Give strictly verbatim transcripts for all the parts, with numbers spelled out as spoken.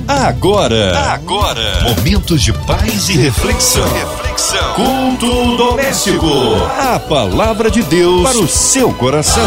Agora, agora, momentos de paz e reflexão. reflexão. Culto doméstico. A palavra de Deus para o seu coração.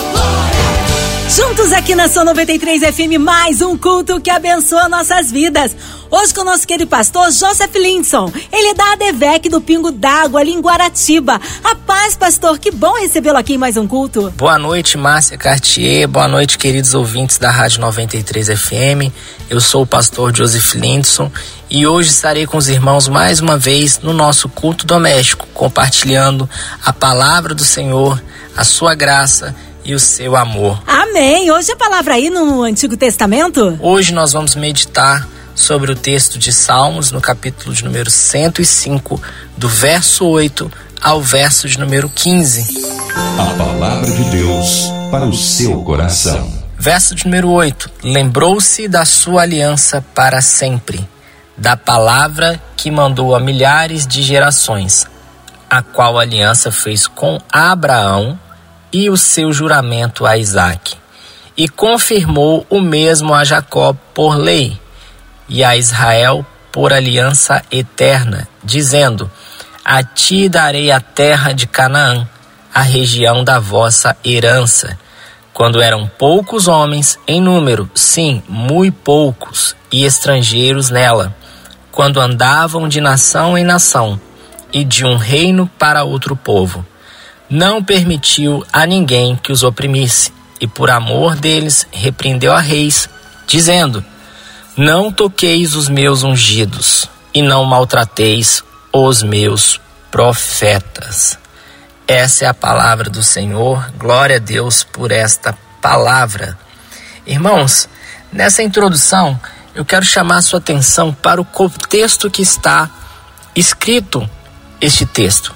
Juntos aqui na São noventa e três F M, mais um culto que abençoa nossas vidas. Hoje com o nosso querido pastor Joseph Lindson. Ele é da ADVEC do Pingo d'Água, ali em Guaratiba. A paz, pastor, que bom recebê-lo aqui em mais um culto. Boa noite, Márcia Cartier. Boa noite, queridos ouvintes da Rádio noventa e três F M. Eu sou o pastor Joseph Lindson e hoje estarei com os irmãos mais uma vez no nosso culto doméstico, compartilhando a palavra do Senhor, a sua graça e o seu amor. Amém. Hoje a palavra aí no Antigo Testamento? Hoje nós vamos meditar sobre o texto de Salmos, no capítulo de número cento e cinco, do verso oito ao verso de número quinze. A palavra de Deus para o seu coração. Verso de número oito. Lembrou-se da sua aliança para sempre, da palavra que mandou a milhares de gerações, a qual aliança fez com Abraão e o seu juramento a Isaque, e confirmou o mesmo a Jacó por lei, e a Israel por aliança eterna, dizendo: a ti darei a terra de Canaã, a região da vossa herança. Quando eram poucos homens em número, sim, muito poucos, e estrangeiros nela, quando andavam de nação em nação, e de um reino para outro povo, não permitiu a ninguém que os oprimisse, e por amor deles repreendeu a reis, dizendo: não toqueis os meus ungidos, e não maltrateis os meus profetas. Essa é a palavra do Senhor. Glória a Deus por esta palavra. Irmãos, nessa introdução, eu quero chamar a sua atenção para o contexto que está escrito este texto.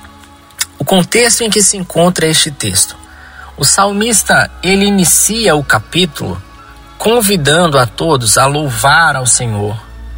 O contexto em que se encontra este texto. O salmista, ele inicia o capítulo convidando a todos a louvar ao Senhor,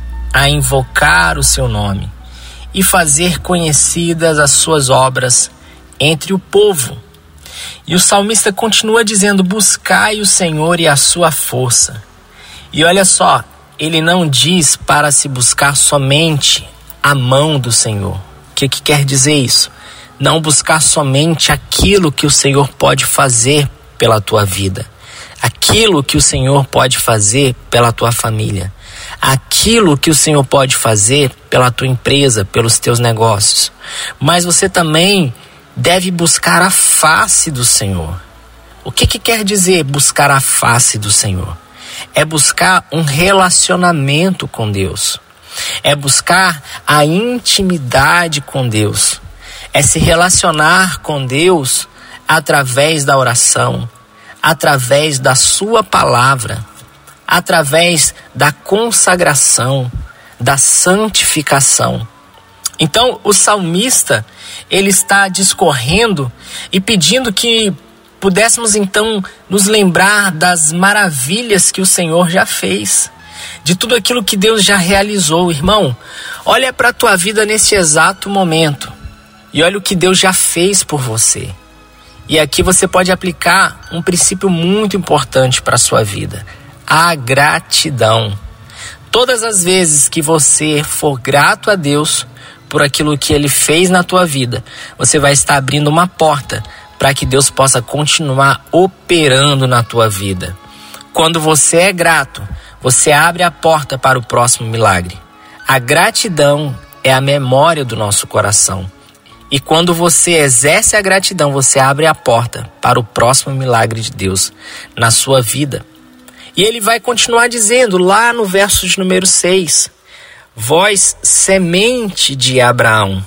a invocar o seu nome e fazer conhecidas as suas obras entre o povo. E o salmista continua dizendo: buscai o Senhor e a sua força. E olha só, ele não diz para se buscar somente a mão do Senhor. O que, que quer dizer isso? Não buscar somente aquilo que o Senhor pode fazer pela tua vida, aquilo que o Senhor pode fazer pela tua família, aquilo que o Senhor pode fazer pela tua empresa, pelos teus negócios. Mas você também deve buscar a face do Senhor. O que, que quer dizer buscar a face do Senhor? É buscar um relacionamento com Deus. É buscar a intimidade com Deus. É se relacionar com Deus através da oração, através da sua palavra, através da consagração, da santificação. Então, o salmista, ele está discorrendo e pedindo que pudéssemos então nos lembrar das maravilhas que o Senhor já fez, de tudo aquilo que Deus já realizou. Irmão, olha para a tua vida nesse exato momento e olha o que Deus já fez por você. E aqui você pode aplicar um princípio muito importante para a sua vida: a gratidão. Todas as vezes que você for grato a Deus por aquilo que Ele fez na tua vida, você vai estar abrindo uma porta para que Deus possa continuar operando na tua vida. Quando você é grato, você abre a porta para o próximo milagre. A gratidão é a memória do nosso coração. E quando você exerce a gratidão, você abre a porta para o próximo milagre de Deus na sua vida. E ele vai continuar dizendo lá no verso de número seis: vós, semente de Abraão.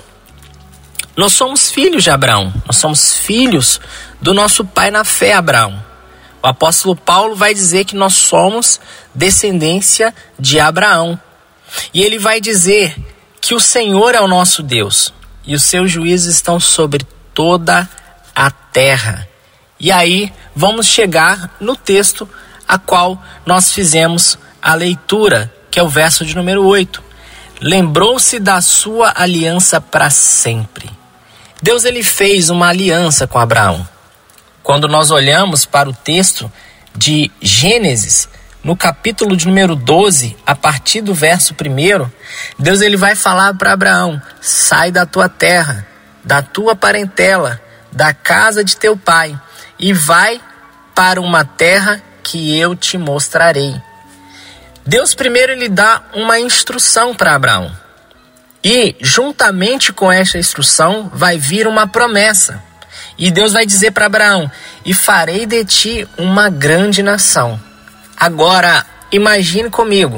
Nós somos filhos de Abraão, nós somos filhos do nosso pai na fé, Abraão. O apóstolo Paulo vai dizer que nós somos descendência de Abraão. E ele vai dizer que o Senhor é o nosso Deus e os seus juízos estão sobre toda a terra. E aí vamos chegar no texto a qual nós fizemos a leitura, que é o verso de número oito. Lembrou-se da sua aliança para sempre. Deus, ele fez uma aliança com Abraão. Quando nós olhamos para o texto de Gênesis, no capítulo de número doze, a partir do verso primeiro, Deus ele vai falar para Abraão: sai da tua terra, da tua parentela, da casa de teu pai, e vai para uma terra que eu te mostrarei. Deus primeiro ele dá uma instrução para Abraão. E juntamente com esta instrução vai vir uma promessa. E Deus vai dizer para Abraão: e farei de ti uma grande nação. Agora, imagine comigo.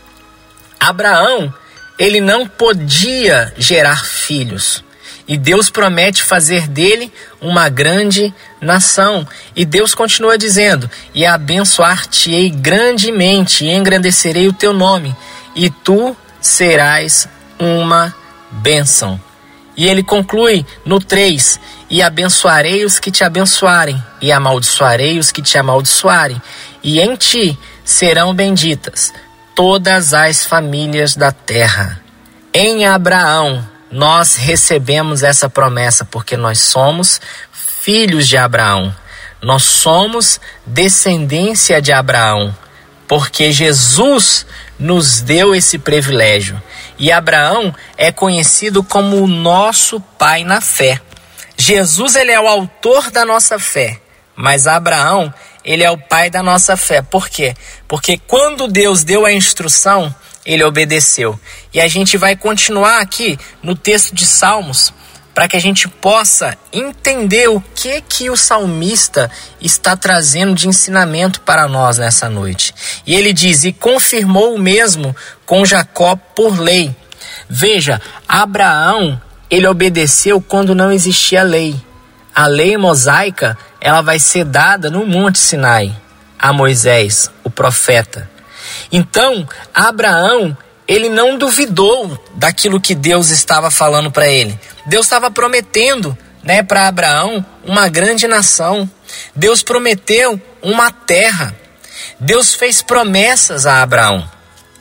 Abraão, ele não podia gerar filhos. E Deus promete fazer dele uma grande nação. E Deus continua dizendo: e abençoar-te-ei grandemente, e engrandecerei o teu nome, e tu serás uma bênção. E ele conclui no três: e abençoarei os que te abençoarem, e amaldiçoarei os que te amaldiçoarem, e em ti serão benditas todas as famílias da terra. Em Abraão nós recebemos essa promessa, porque nós somos filhos de Abraão. Nós somos descendência de Abraão, porque Jesus nos deu esse privilégio. E Abraão é conhecido como o nosso pai na fé. Jesus ele é o autor da nossa fé, mas Abraão ele é o pai da nossa fé. Por quê? Porque quando Deus deu a instrução, ele obedeceu. E a gente vai continuar aqui no texto de Salmos, para que a gente possa entender o que que o salmista está trazendo de ensinamento para nós nessa noite. E ele diz: e confirmou o mesmo com Jacó por lei. Veja, Abraão, ele obedeceu quando não existia lei. A lei mosaica, ela vai ser dada no Monte Sinai a Moisés, o profeta. Então, Abraão, ele não duvidou daquilo que Deus estava falando para ele. Deus estava prometendo, né, para Abraão uma grande nação. Deus prometeu uma terra. Deus fez promessas a Abraão.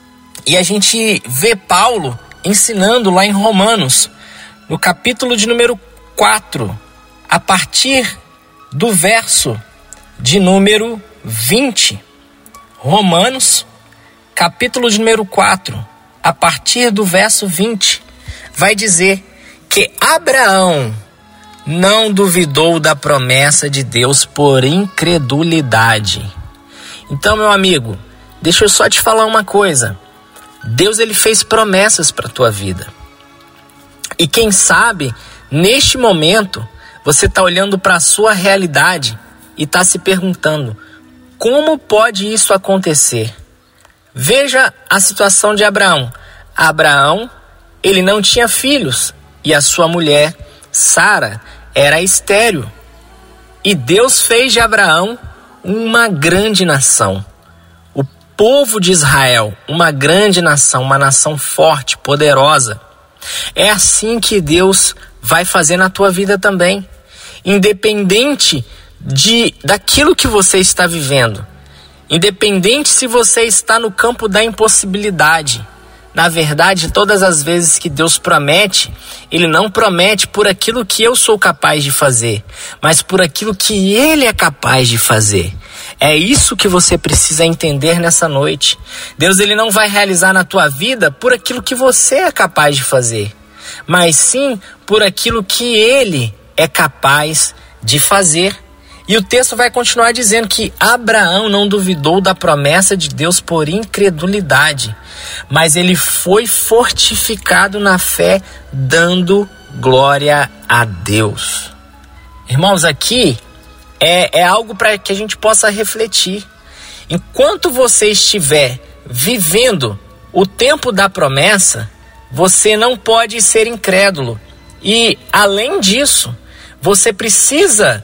E a gente vê Paulo ensinando lá em Romanos, no capítulo de número quatro, a partir do verso de número vinte. Romanos, capítulo de número quatro, a partir do verso vinte, vai dizer que Abraão não duvidou da promessa de Deus por incredulidade. Então, meu amigo, deixa eu só te falar uma coisa. Deus ele fez promessas para a tua vida. E quem sabe, neste momento, você está olhando para a sua realidade e está se perguntando: como pode isso acontecer? Veja a situação de Abraão. Abraão, ele não tinha filhos e a sua mulher, Sara, era estéril. E Deus fez de Abraão uma grande nação. O povo de Israel, uma grande nação, uma nação forte, poderosa. É assim que Deus vai fazer na tua vida também. Independente de, daquilo que você está vivendo. Independente se você está no campo da impossibilidade. Na verdade, todas as vezes que Deus promete, Ele não promete por aquilo que eu sou capaz de fazer, mas por aquilo que Ele é capaz de fazer. É isso que você precisa entender nessa noite. Deus ele não vai realizar na tua vida por aquilo que você é capaz de fazer, mas sim por aquilo que Ele é capaz de fazer. E o texto vai continuar dizendo que Abraão não duvidou da promessa de Deus por incredulidade, mas ele foi fortificado na fé, dando glória a Deus. Irmãos, aqui é, é algo para que a gente possa refletir. Enquanto você estiver vivendo o tempo da promessa, você não pode ser incrédulo. E, além disso, você precisa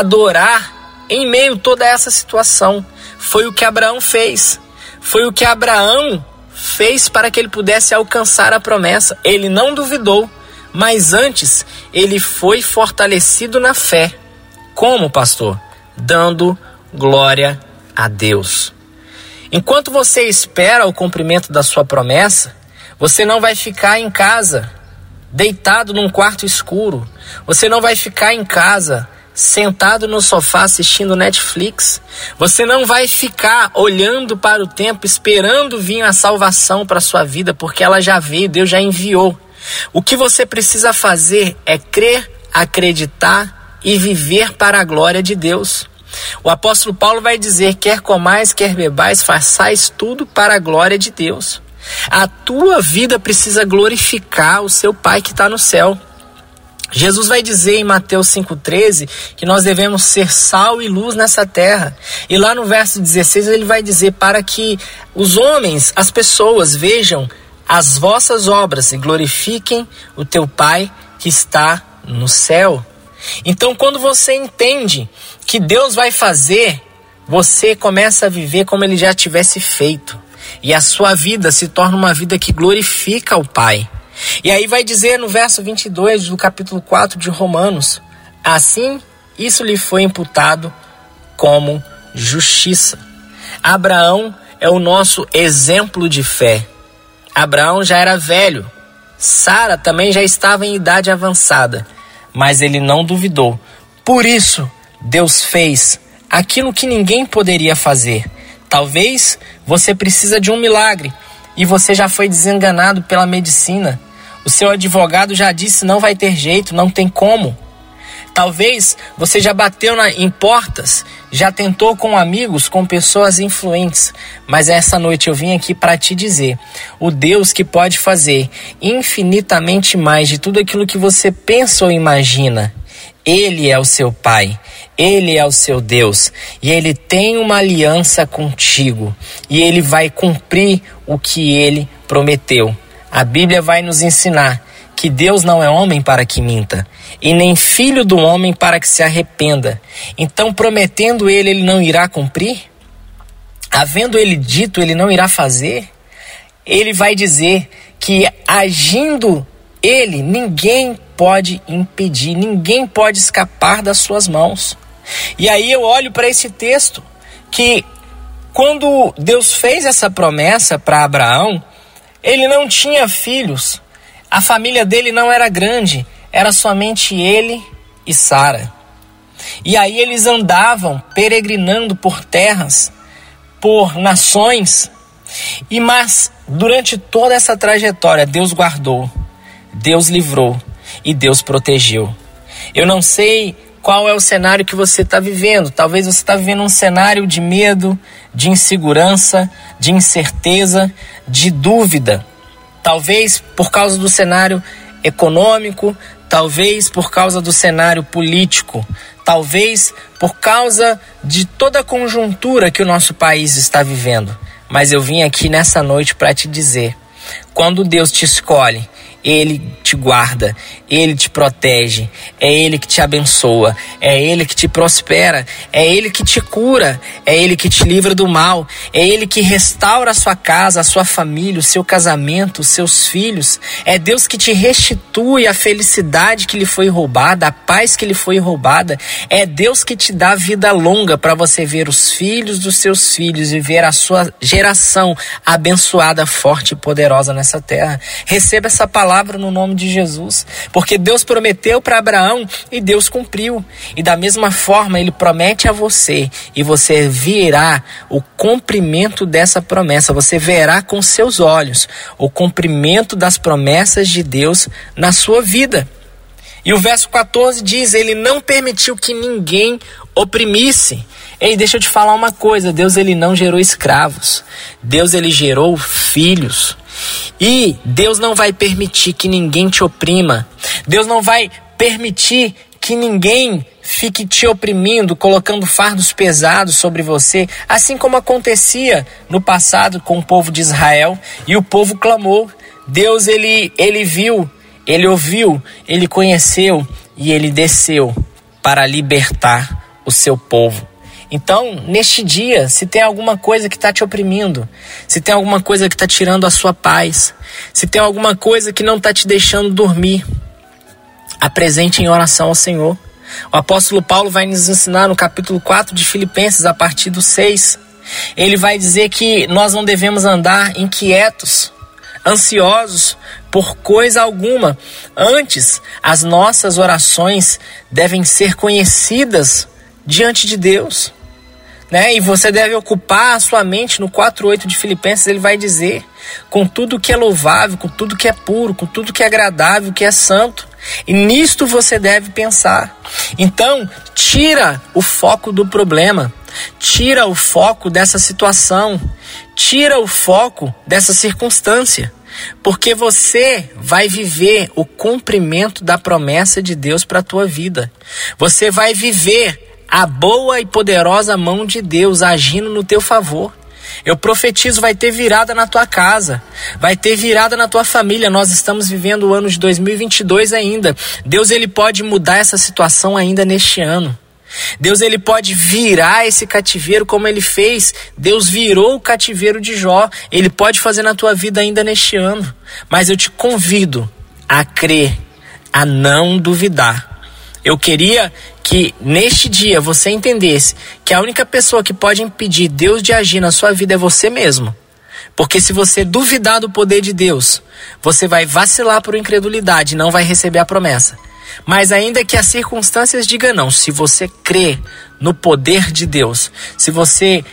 adorar em meio a toda essa situação. Foi o que Abraão fez. Foi o que Abraão fez para que ele pudesse alcançar a promessa. Ele não duvidou, mas antes ele foi fortalecido na fé. Como, pastor? Dando glória a Deus. Enquanto você espera o cumprimento da sua promessa, você não vai ficar em casa deitado num quarto escuro. Você não vai ficar em casa sentado no sofá assistindo Netflix. Você não vai ficar olhando para o tempo, esperando vir a salvação para a sua vida, porque ela já veio, Deus já enviou. O que você precisa fazer é crer, acreditar e viver para a glória de Deus. O apóstolo Paulo vai dizer: quer comais, quer bebais, façais tudo para a glória de Deus. A tua vida precisa glorificar o seu Pai que está no céu. Jesus vai dizer em Mateus cinco treze que nós devemos ser sal e luz nessa terra. E lá no verso dezesseis ele vai dizer: para que os homens, as pessoas, vejam as vossas obras e glorifiquem o teu Pai que está no céu. Então, quando você entende que Deus vai fazer, você começa a viver como ele já tivesse feito. E a sua vida se torna uma vida que glorifica o Pai. E aí vai dizer no verso vinte e dois do capítulo quatro de Romanos: assim, isso lhe foi imputado como justiça. Abraão é o nosso exemplo de fé. Abraão já era velho. Sara também já estava em idade avançada. Mas ele não duvidou. Por isso, Deus fez aquilo que ninguém poderia fazer. Talvez você precisa de um milagre e você já foi desenganado pela medicina. O seu advogado já disse: não vai ter jeito, não tem como. Talvez você já bateu na, em portas, já tentou com amigos, com pessoas influentes. Mas essa noite eu vim aqui para te dizer: o Deus que pode fazer infinitamente mais de tudo aquilo que você pensa ou imagina, Ele é o seu Pai, Ele é o seu Deus, e Ele tem uma aliança contigo, e Ele vai cumprir o que Ele prometeu. A Bíblia vai nos ensinar que Deus não é homem para que minta, e nem filho do homem para que se arrependa. Então, prometendo Ele, Ele não irá cumprir? Havendo Ele dito, Ele não irá fazer? Ele vai dizer que agindo Ele, ninguém pode impedir, ninguém pode escapar das suas mãos. E aí eu olho para esse texto, que quando Deus fez essa promessa para Abraão, ele não tinha filhos, a família dele não era grande, era somente ele e Sara. E aí eles andavam peregrinando por terras, por nações, e mas durante toda essa trajetória Deus guardou, Deus livrou e Deus protegeu. Eu não sei qual é o cenário que você está vivendo. Talvez você está vivendo um cenário de medo, de insegurança, de incerteza, de dúvida. Talvez por causa do cenário econômico, talvez por causa do cenário político, talvez por causa de toda a conjuntura que o nosso país está vivendo. Mas eu vim aqui nessa noite para te dizer: quando Deus te escolhe, Ele te guarda, Ele te protege, é Ele que te abençoa, é Ele que te prospera, é Ele que te cura, é Ele que te livra do mal, é Ele que restaura a sua casa, a sua família, o seu casamento, os seus filhos. É Deus que te restitui a felicidade que lhe foi roubada, a paz que lhe foi roubada. É Deus que te dá vida longa para você ver os filhos dos seus filhos e ver a sua geração abençoada, forte e poderosa nessa terra. Receba essa palavra no nome de Jesus, porque Deus prometeu para Abraão e Deus cumpriu. E da mesma forma Ele promete a você, e você verá o cumprimento dessa promessa. Você verá com seus olhos o cumprimento das promessas de Deus na sua vida. E o verso quatorze diz: Ele não permitiu que ninguém oprimisse. Ei, deixa eu te falar uma coisa: Deus ele não gerou escravos, Deus ele gerou filhos. E Deus não vai permitir que ninguém te oprima. Deus não vai permitir que ninguém fique te oprimindo, colocando fardos pesados sobre você, assim como acontecia no passado com o povo de Israel. E o povo clamou. Deus ele, ele viu, ele ouviu, ele conheceu e ele desceu para libertar o seu povo. Então, neste dia, se tem alguma coisa que está te oprimindo, se tem alguma coisa que está tirando a sua paz, se tem alguma coisa que não está te deixando dormir, apresente em oração ao Senhor. O apóstolo Paulo vai nos ensinar no capítulo quatro de Filipenses, a partir do seis. Ele vai dizer que nós não devemos andar inquietos, ansiosos por coisa alguma. Antes, as nossas orações devem ser conhecidas diante de Deus, né? E você deve ocupar a sua mente. No quatro oito de Filipenses ele vai dizer: com tudo que é louvável, com tudo que é puro, com tudo que é agradável, que é santo. E nisto você deve pensar. Então, tira o foco do problema, tira o foco dessa situação, tira o foco dessa circunstância, porque você vai viver o cumprimento da promessa de Deus para a tua vida. Você vai viver a boa e poderosa mão de Deus agindo no teu favor. Eu profetizo, vai ter virada na tua casa, vai ter virada na tua família. Nós estamos vivendo o ano de dois mil e vinte e dois ainda. Deus, ele pode mudar essa situação ainda neste ano. Deus, ele pode virar esse cativeiro como ele fez. Deus virou o cativeiro de Jó. Ele pode fazer na tua vida ainda neste ano. Mas eu te convido a crer, a não duvidar. Eu queria que neste dia você entendesse que a única pessoa que pode impedir Deus de agir na sua vida é você mesmo. Porque se você duvidar do poder de Deus, você vai vacilar por incredulidade e não vai receber a promessa. Mas ainda que as circunstâncias digam não, se você crer no poder de Deus, se você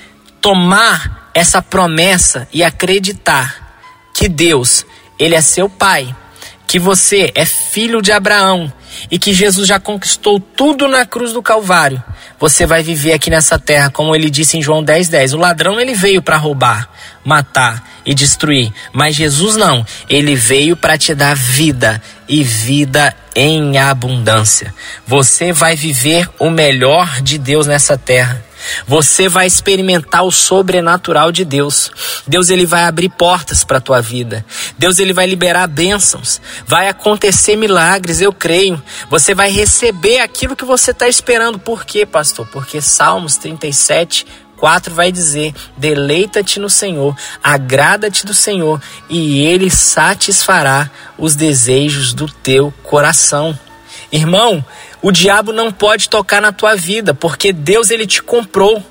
tomar essa promessa e acreditar que Deus, ele é seu pai, que você é filho de Abraão e que Jesus já conquistou tudo na cruz do Calvário, você vai viver aqui nessa terra, como ele disse em João dez, dez. O ladrão, ele veio para roubar, matar e destruir, mas Jesus não, ele veio para te dar vida e vida em abundância. Você vai viver o melhor de Deus nessa terra. Você vai experimentar o sobrenatural de Deus. Deus, ele vai abrir portas para a tua vida. Deus, ele vai liberar bênçãos. Vai acontecer milagres, eu creio. Você vai receber aquilo que você está esperando. Por quê, pastor? Porque Salmos trinta e sete, quatro vai dizer: deleita-te no Senhor, agrada-te do Senhor, e ele satisfará os desejos do teu coração. Irmão, o diabo não pode tocar na tua vida, porque Deus, ele te comprou.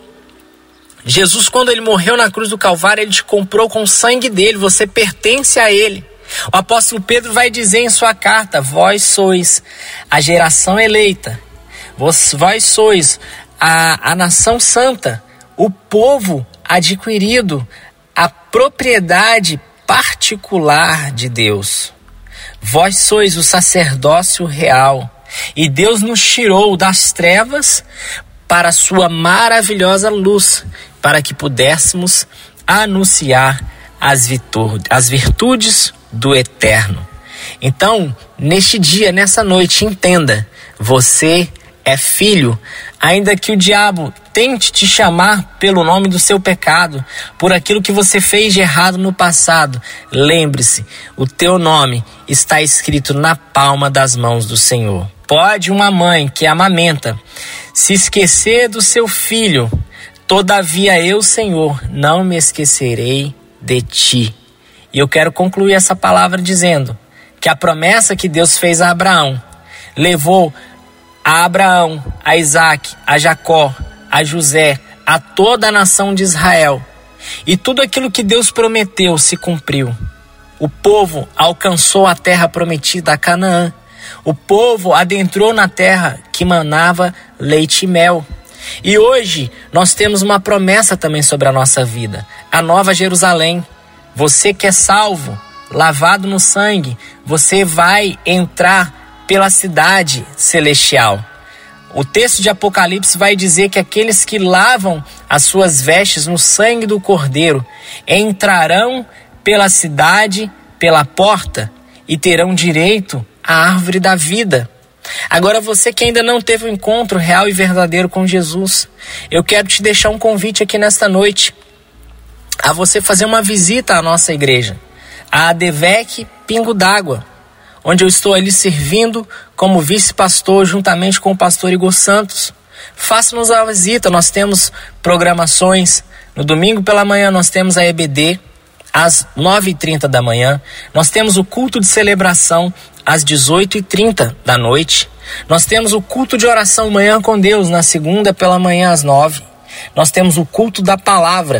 Jesus, quando ele morreu na cruz do Calvário, ele te comprou com o sangue dele, você pertence a ele. O apóstolo Pedro vai dizer em sua carta: vós sois a geração eleita, vós, vós sois a, a nação santa, o povo adquirido, a propriedade particular de Deus. Vós sois o sacerdócio real. E Deus nos tirou das trevas para a sua maravilhosa luz, para que pudéssemos anunciar as virtudes, as virtudes do Eterno. Então, neste dia, nessa noite, entenda: você é filho. Ainda que o diabo tente te chamar pelo nome do seu pecado, por aquilo que você fez de errado no passado, lembre-se, o teu nome está escrito na palma das mãos do Senhor. Pode uma mãe que amamenta se esquecer do seu filho, todavia eu, Senhor, não me esquecerei de ti. E eu quero concluir essa palavra dizendo que a promessa que Deus fez a Abraão levou a Abraão, a Isaac, a Jacó, a José, a toda a nação de Israel. E tudo aquilo que Deus prometeu se cumpriu. O povo alcançou a terra prometida, a Canaã. O povo adentrou na terra que manava leite e mel. E hoje nós temos uma promessa também sobre a nossa vida: a Nova Jerusalém. Você que é salvo, lavado no sangue, você vai entrar pela cidade celestial. O texto de Apocalipse vai dizer que aqueles que lavam as suas vestes no sangue do Cordeiro entrarão pela cidade, pela porta, e terão direito à árvore da vida. Agora, você que ainda não teve um encontro real e verdadeiro com Jesus, eu quero te deixar um convite aqui nesta noite a você fazer uma visita à nossa igreja, a ADVEC Pingo d'Água, onde eu estou ali servindo como vice-pastor juntamente com o pastor Igor Santos. Faça-nos a visita. Nós temos programações. No domingo pela manhã nós temos a E B D às nove e trinta da manhã. Nós temos o culto de celebração às dezoito e trinta da noite. Nós temos o culto de oração Manhã com Deus na segunda pela manhã às nove. Nós temos o culto da palavra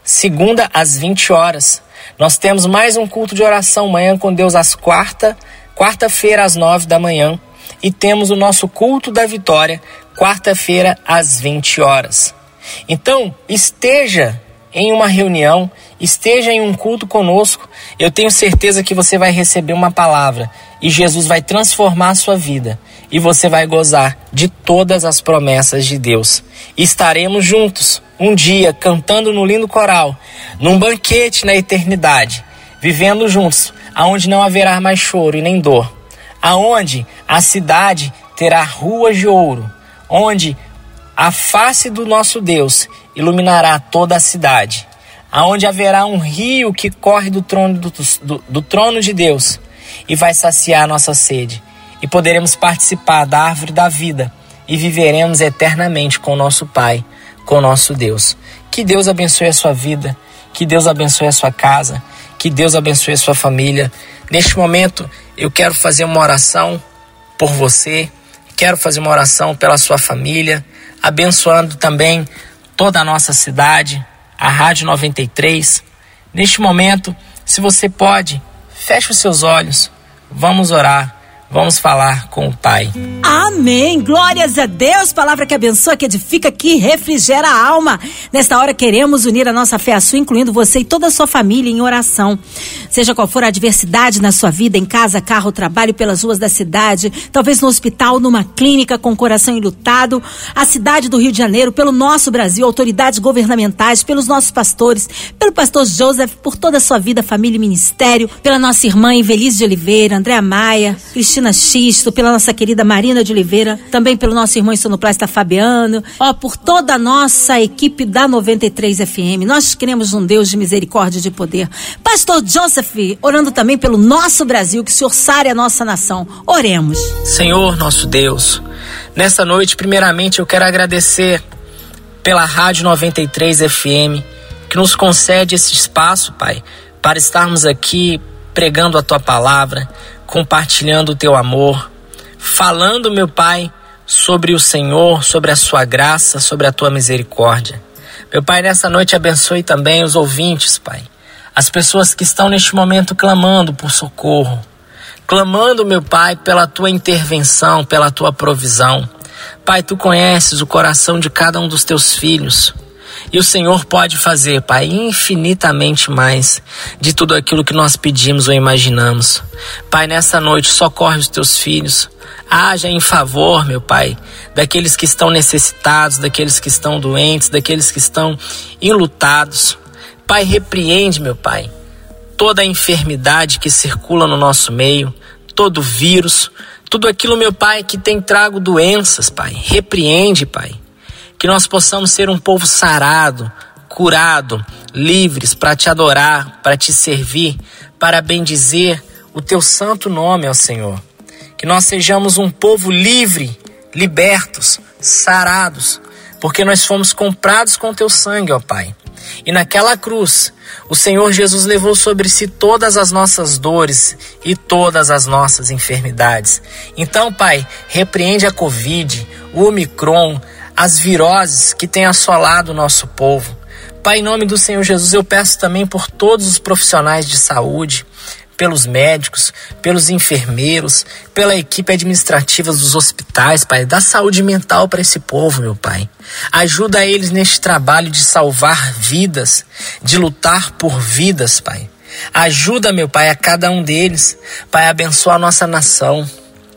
segunda às vinte horas. Nós temos mais um culto de oração, Manhã com Deus, às quarta, quarta-feira às nove da manhã. E temos o nosso culto da vitória, quarta-feira às vinte horas. Então, esteja em uma reunião, esteja em um culto conosco. Eu tenho certeza que você vai receber uma palavra e Jesus vai transformar a sua vida e você vai gozar de todas as promessas de Deus. E estaremos juntos um dia cantando no lindo coral, num banquete na eternidade, vivendo juntos, aonde não haverá mais choro e nem dor, aonde a cidade terá ruas de ouro, onde a face do nosso Deus iluminará toda a cidade, aonde haverá um rio que corre do trono, do, do, do trono de Deus e vai saciar a nossa sede. E poderemos participar da árvore da vida e viveremos eternamente com o nosso Pai, com o nosso Deus. Que Deus abençoe a sua vida, que Deus abençoe a sua casa, que Deus abençoe a sua família. Neste momento eu quero fazer uma oração por você, quero fazer uma oração pela sua família, abençoando também toda a nossa cidade, a Rádio noventa e três. Neste momento, se você pode, feche os seus olhos, vamos orar. Vamos falar com o Pai. Amém, glórias a Deus, palavra que abençoa, que edifica, que refrigera a alma. Nesta hora queremos unir a nossa fé à sua, incluindo você e toda a sua família em oração. Seja qual for a adversidade na sua vida, em casa, carro, trabalho, pelas ruas da cidade, talvez no hospital, numa clínica com o coração enlutado, a cidade do Rio de Janeiro, pelo nosso Brasil, autoridades governamentais, pelos nossos pastores, pelo pastor Joseph, por toda a sua vida, família e ministério, pela nossa irmã Evelise de Oliveira, Andréa Maia, Cristina Xisto, pela nossa querida Marina de Oliveira, também pelo nosso irmão sonoplasta Fabiano, ó, por toda a nossa equipe da noventa e três F M. Nós queremos um Deus de misericórdia e de poder. Pastor Joseph, orando também pelo nosso Brasil, que o Senhor sare a nossa nação. Oremos. Senhor, nosso Deus, nessa noite, primeiramente, eu quero agradecer pela Rádio noventa e três F M, que nos concede esse espaço, Pai, para estarmos aqui pregando a Tua palavra, compartilhando o Teu amor, falando, meu Pai, sobre o Senhor, sobre a Sua graça, sobre a Tua misericórdia. Meu Pai, nessa noite abençoe também os ouvintes, Pai, as pessoas que estão neste momento clamando por socorro, clamando, meu Pai, pela Tua intervenção, pela Tua provisão. Pai, Tu conheces o coração de cada um dos Teus filhos. E o Senhor pode fazer, Pai, infinitamente mais de tudo aquilo que nós pedimos ou imaginamos. Pai, nessa noite, socorre os Teus filhos. Haja em favor, meu Pai, daqueles que estão necessitados, daqueles que estão doentes, daqueles que estão enlutados. Pai, repreende, meu Pai, toda a enfermidade que circula no nosso meio, todo vírus, tudo aquilo, meu Pai, que tem trago doenças, Pai. Repreende, Pai. Que nós possamos ser um povo sarado, curado, livres para Te adorar, para Te servir, para bendizer o Teu santo nome, ó Senhor. Que nós sejamos um povo livre, libertos, sarados, porque nós fomos comprados com Teu sangue, ó Pai. E naquela cruz, o Senhor Jesus levou sobre si todas as nossas dores e todas as nossas enfermidades. Então, Pai, repreende a Covid, o Omicron, as viroses que têm assolado o nosso povo. Pai, em nome do Senhor Jesus, eu peço também por todos os profissionais de saúde, pelos médicos, pelos enfermeiros, pela equipe administrativa dos hospitais, Pai, dá saúde mental para esse povo, meu Pai. Ajuda eles neste trabalho de salvar vidas, de lutar por vidas, Pai. Ajuda, meu Pai, a cada um deles, Pai, abençoa a nossa nação.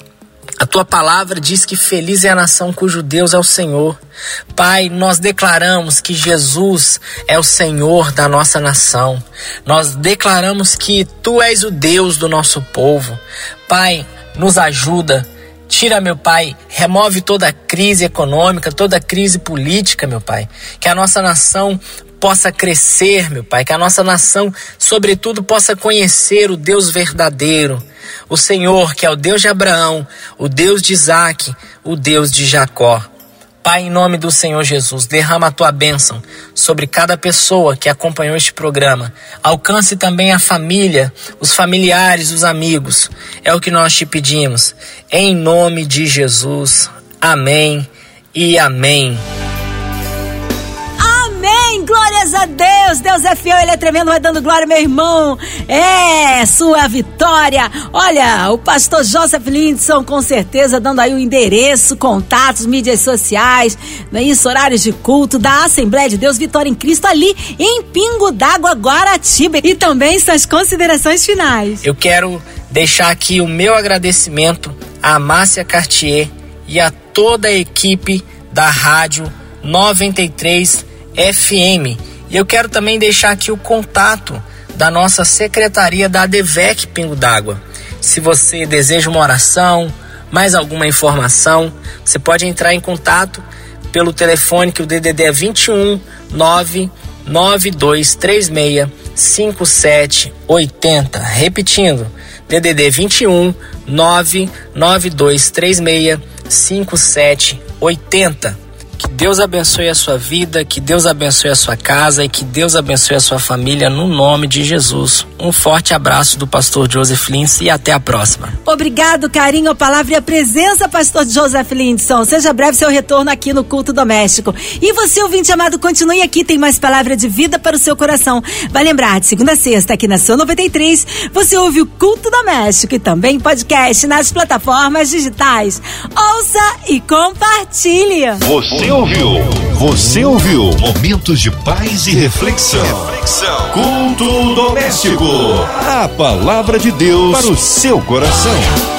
A Tua palavra diz que feliz é a nação cujo Deus é o Senhor. Pai, nós declaramos que Jesus é o Senhor da nossa nação. Nós declaramos que Tu és o Deus do nosso povo. Pai, nos ajuda. Tira, meu Pai, remove toda a crise econômica, toda a crise política, meu Pai. Que a nossa nação possa crescer, meu Pai. Que a nossa nação, sobretudo, possa conhecer o Deus verdadeiro. O Senhor, que é o Deus de Abraão, o Deus de Isaac, o Deus de Jacó. Pai, em nome do Senhor Jesus, derrama a Tua bênção sobre cada pessoa que acompanhou este programa. Alcance também a família, os familiares, os amigos. É o que nós Te pedimos. Em nome de Jesus. Amém e amém. glórias a Deus, Deus é fiel, Ele é tremendo, vai dando glória, meu irmão, é sua vitória. Olha, o pastor Joseph Lindson, com certeza, dando aí o endereço, contatos, mídias sociais, não é isso, horários de culto da Assembleia de Deus Vitória em Cristo, ali em Pingo d'Água, Guaratiba. E também suas considerações finais. Eu quero deixar aqui o meu agradecimento a Márcia Cartier e a toda a equipe da Rádio noventa e três F M. E eu quero também deixar aqui o contato da nossa secretaria da ADVEC Pingo d'Água. Se você deseja uma oração, mais alguma informação, você pode entrar em contato pelo telefone que o D D D é vinte e um, nove nove dois três seis, cinco sete oito zero. Repetindo, D D D vinte e um, nove nove dois três seis, cinco sete oito zero. Que Deus abençoe a sua vida, que Deus abençoe a sua casa e que Deus abençoe a sua família no nome de Jesus. Um forte abraço do pastor Joseph Lindson e até a próxima. Obrigado, carinho, a palavra e a presença, pastor Joseph Lindson. Seja breve seu retorno aqui no Culto Doméstico. E você, ouvinte amado, continue aqui, tem mais palavra de vida para o seu coração. Vai lembrar, de segunda a sexta, aqui na sua noventa e três, você ouve o Culto Doméstico e também podcast nas plataformas digitais. Ouça e compartilhe. Você ouviu? Você ouviu? Momentos de paz e reflexão. Reflexão. Culto doméstico. A palavra de Deus para o seu coração.